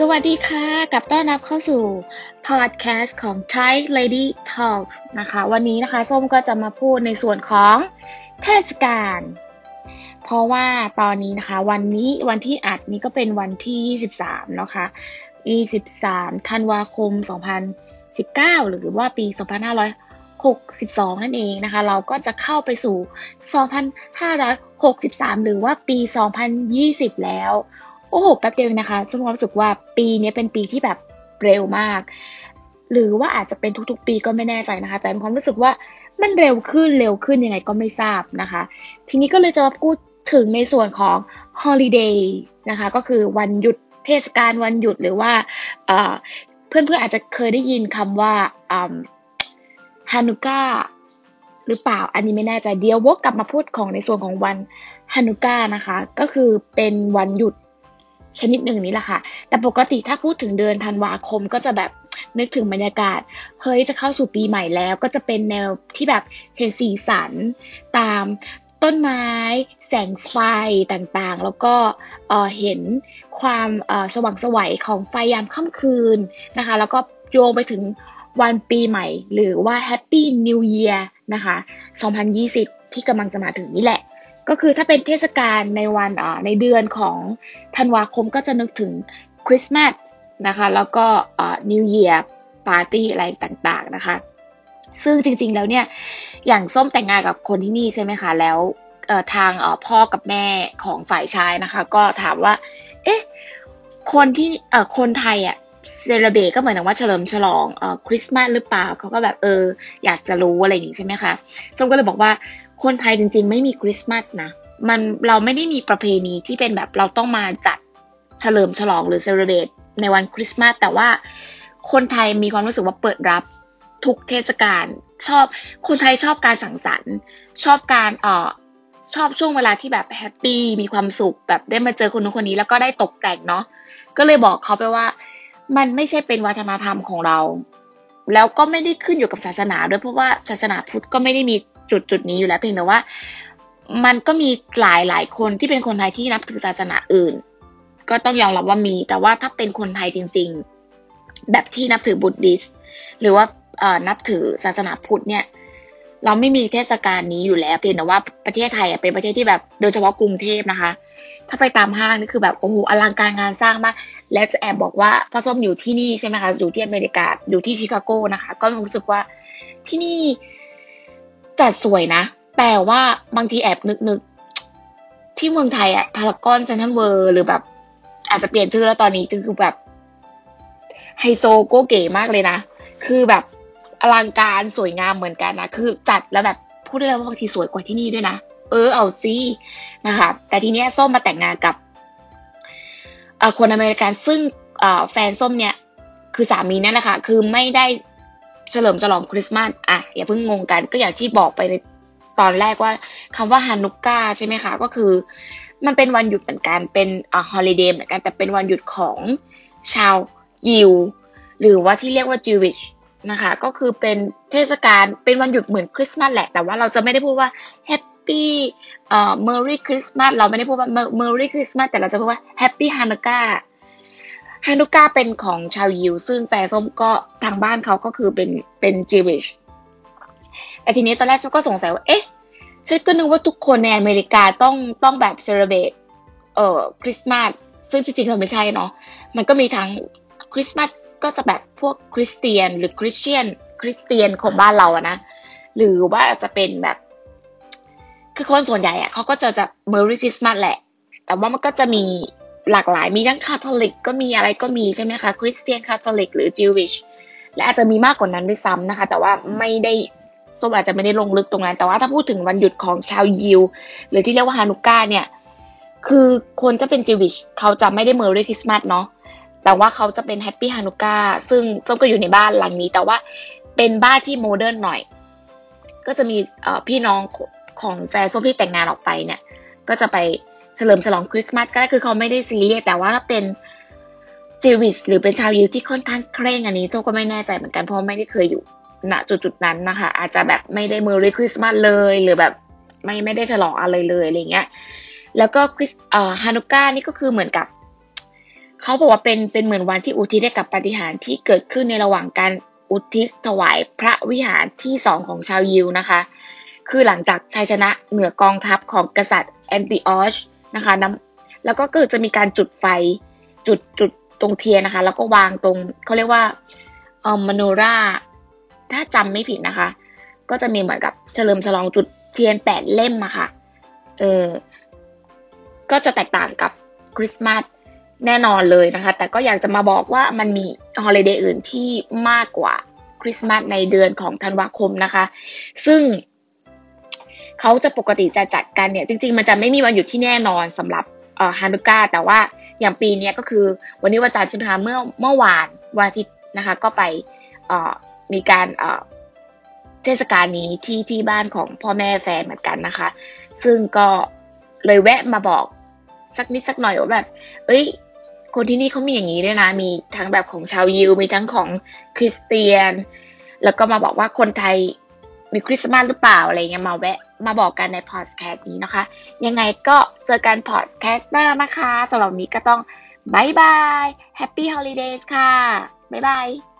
วัสดีค่ะกับต้อนรับเข้าสู่พอดแคสต์ของ Thai Lady Talks นะคะวันนี้นะคะส้มก็จะมาพูดในส่วนของเทศกาลเพราะว่าตอนนี้นะคะวันที่อัดนี้ก็เป็นวันที่23เนาะค่ะ23ธันวาคม2019หรือว่าปี2562นั่นเองนะคะเราก็จะเข้าไปสู่2563หรือว่าปี2020แล้วโอ้โหแป๊บเดียวนะคะส้มรู้สึกว่าปีนี้เป็นปีที่แบบเร็วมากหรือว่าอาจจะเป็นทุกๆปีก็ไม่แน่ใจนะคะแต่มีความรู้สึกว่ามันเร็วขึ้นยังไงก็ไม่ทราบนะคะทีนี้ก็เลยจะมาพูดถึงในส่วนของ holiday นะคะก็คือวันหยุดเทศกาลวันหยุดหรือว่าเพื่อนๆอาจจะเคยได้ยินคำว่าฮานุก้าหรือเปล่าอันนี้ไม่แน่ใจเดี๋ยววกกลับมาพูดของในส่วนของวันฮานุก้านะคะก็คือเป็นวันหยุดชนิดหนึ่งนี้แหละค่ะแต่ปกติถ้าพูดถึงเดือนธันวาคมก็จะแบบนึกถึงบรรยากาศเฮ้ยจะเข้าสู่ปีใหม่แล้วก็จะเป็นแนวที่แบบเห็นสีสันตามต้นไม้แสงไฟต่างๆแล้วก็เห็นความสว่างไสวของไฟยามค่ำคืนนะคะแล้วก็โยงไปถึงวันปีใหม่หรือว่า Happy New Year นะคะ2020ที่กำลังจะมาถึงนี่แหละก็คือถ้าเป็นเทศกาลในวันในเดือนของธันวาคมก็จะนึกถึงคริสต์มาสนะคะแล้วก็New Year Party อะไรต่างๆนะคะซึ่งจริงๆแล้วเนี่ยอย่างส้มแต่งงานกับคนที่นี่ใช่ไหมคะแล้วทางพ่อกับแม่ของฝ่ายชายนะคะก็ถามว่าเอ๊ะคนที่คนไทยอ่ะเซเลเบรตก็เหมือนกับว่าเฉลิมฉลองคริสต์มาสหรือเปล่าเขาก็แบบอยากจะรู้อะไรอย่างงี้ใช่ไหมคะส้มก็เลยบอกว่าคนไทยจริงๆไม่มีคริสต์มาสนะเราไม่ได้มีประเพณีที่เป็นแบบเราต้องมาจัดเฉลิมฉลองหรือเซเลเบรตในวันคริสต์มาสแต่ว่าคนไทยมีความรู้สึกว่าเปิดรับทุกเทศกาลชอบคนไทยชอบการสังสรรค์ชอบการชอบช่วงเวลาที่แบบแฮปปี้มีความสุขแบบได้มาเจอคนนู้นคนนี้แล้วก็ได้ตกแต่งเนาะก็เลยบอกเขาไปว่ามันไม่ใช่เป็นวัฒนธรรมของเราแล้วก็ไม่ได้ขึ้นอยู่กับศาสนาด้วยเพราะว่าศาสนาพุทธก็ไม่ได้มีจุดนี้อยู่แล้วเพียงแต่ว่ามันก็มีหลายคนที่เป็นคนไทยที่นับถือศาสนาอื่นก็ต้องยอมรับว่ามีแต่ว่าถ้าเป็นคนไทยจริงๆแบบที่นับถือบุตติสต์หรือว่านับถือศาสนาพุทธเนี่ยเราไม่มีเทศกาลนี้อยู่แล้วเพียงแต่ว่าประเทศไทยเป็นประเทศที่แบบโดยเฉพาะกรุงเทพนะคะถ้าไปตามห้างนี่คือแบบโอ้โหอลังการงานสร้างมากและจะแอบบอกว่าพอส้มอยู่ที่นี่ใช่ไหมคะอยู่ที่อเมริกาอยู่ที่ชิคาโกนะคะก็รู้สึกว่าที่นี่จัดสวยนะแต่ว่าบางทีแอบนึกที่เมืองไทยอะพารากอนเซ็นทรัลเวิลด์หรือแบบอาจจะเปลี่ยนชื่อแล้วตอนนี้คือแบบไฮโซโกเก๋มากเลยนะคือแบบอลังการสวยงามเหมือนกันนะคือจัดแล้วแบบพูดได้เลยว่าบางทีสวยกว่าที่นี่ด้วยนะเอาซินะคะแต่ทีเนี้ยส้มมาแต่งงานกับคนอเมริกันซึ่งแฟนส้มเนี่ยคือสามีนั่นแหละค่ะคือไม่ได้เฉลิมฉลองคริสต์มาสอย่าเพิ่งงงกันก็อย่างที่บอกไปในตอนแรกว่าคำว่าฮานุกกาใช่ไหมคะก็คือมันเป็นวันหยุดเหมือนกันเป็นฮอลิเดย์เหมือนกันแต่เป็นวันหยุดของชาวยิวหรือว่าที่เรียกว่าจิวิชนะคะก็คือเป็นเทศกาลเป็นวันหยุดเหมือนคริสต์มาสแหละแต่ว่าเราจะไม่ได้พูดว่าแฮปปี้Merry Christmas เราไม่ได้พูดว่า Merry Christmas แต่เราจะพูดว่า Happy Hanukkah ฮานุก้าเป็นของชาวยิวซึ่งแฟนส้มก็ทางบ้านเขาก็คือเป็นจิวิชแต่ทีนี้ตอนแรกส้มก็สงสัยว่าเอ๊ะฉันก็นึกว่าทุกคนในอเมริกาต้องแบบเซเลบรตคริสต์มาสซึ่งจริงๆเราไม่ใช่เนาะมันก็มีทั้งคริสต์มาสก็จะแบบพวกคริสเตียนหรือคริสเตียนของบ้านเราอะนะหรือว่าจะเป็นแบบคือคนส่วนใหญ่อะเขาก็จะ Merry Christmas แหละแต่ว่ามันก็จะมีหลากหลายมีทั้งคาทอลิกก็มีอะไรก็มีใช่ไหมคะคริสเตียนคาทอลิกหรือจิวิชและอาจจะมีมากกว่านั้นด้วยซ้ำนะคะแต่ว่าไม่ได้ส้มอาจจะไม่ได้ลงลึกตรงนั้นแต่ว่าถ้าพูดถึงวันหยุดของชาวยิวหรือที่เรียกว่าฮานุก้าเนี่ยคือคนที่เป็นจิวิชเขาจะไม่ได้เมอร์รี่คริสต์มาสเนาะแต่ว่าเขาจะเป็นแฮปปี้ฮานุก้าซึ่งส้มก็อยู่ในบ้านหลังนี้แต่ว่าเป็นบ้านที่โมเดิร์นหน่อยก็จะมีพี่น้องของแฟนส้มที่แต่งงานออกไปเนี่ยก็จะไปเฉลิมฉลองคริสต์มาสก็ได้คือเขาไม่ได้ซีเรียสแต่ว่าถ้าเป็นจิวิชหรือเป็นชาวยิวที่ค่อนข้างเคร่งอันนี้โจก็ไม่แน่ใจเหมือนกันเพราะไม่ได้เคยอยู่ณจุดๆนั้นนะคะอาจจะแบบไม่ได้เมอร์รี่คริสต์มาสเลยหรือแบบไม่ได้ฉลองอะไรเลยอะไรเงี้ยแล้วก็คริสฮานุก้านี่ก็คือเหมือนกับเขาบอกว่าเป็นเหมือนวันที่อุทิศให้กับปาฏิหาริย์ที่เกิดขึ้นในระหว่างการอุทิศถวายพระวิหารที่2ของชาวยิวนะคะคือหลังจากชัยชนะเหนือกองทัพของกษัตริย์แอนติออชนะคะแล้วก็จะมีการจุดไฟจุดตรงเทียนนะคะแล้วก็วางตรงเขาเรียกว่ามโนราถ้าจำไม่ผิดนะคะก็จะมีเหมือนกับเฉลิมฉลองจุดเทียน8 เล่มอะค่ะเออก็จะแตกต่างกับคริสต์มาสแน่นอนเลยนะคะแต่ก็อยากจะมาบอกว่ามันมีฮอลิเดย์อื่นที่มากกว่าคริสต์มาสในเดือนของธันวาคมนะคะซึ่งเขาจะปกติจะจัดกันเนี่ยจริงๆมันจะไม่มีวันหยุดที่แน่นอนสำหรับฮานุกาแต่ว่าอย่างปีนี้ก็คือวันนี้วันจันทร์ใช่ไหมคะเมื่อวานวันอาทิตย์นะคะก็ไปมีการเทศกาลนี้ที่บ้านของพ่อแม่แฟนเหมือนกันนะคะซึ่งก็เลยแวะมาบอกสักนิดสักหน่อยว่าแบบเอ้ยคนที่นี่เขามีอย่างนี้ด้วยนะมีทั้งแบบของชาวยิวมีทั้งของคริสเตียนแล้วก็มาบอกว่าคนไทยมีคริสต์มาสหรือเปล่าอะไรเงี้ยมาแวะมาบอกกันในพอดแคสต์นี้นะคะยังไงก็เจอกันพอดแคสต์หน้านะคะสำหรับวันนี้ก็ต้องบายบายแฮปปี้ฮอลิเดย์ค่ะบ๊ายบาย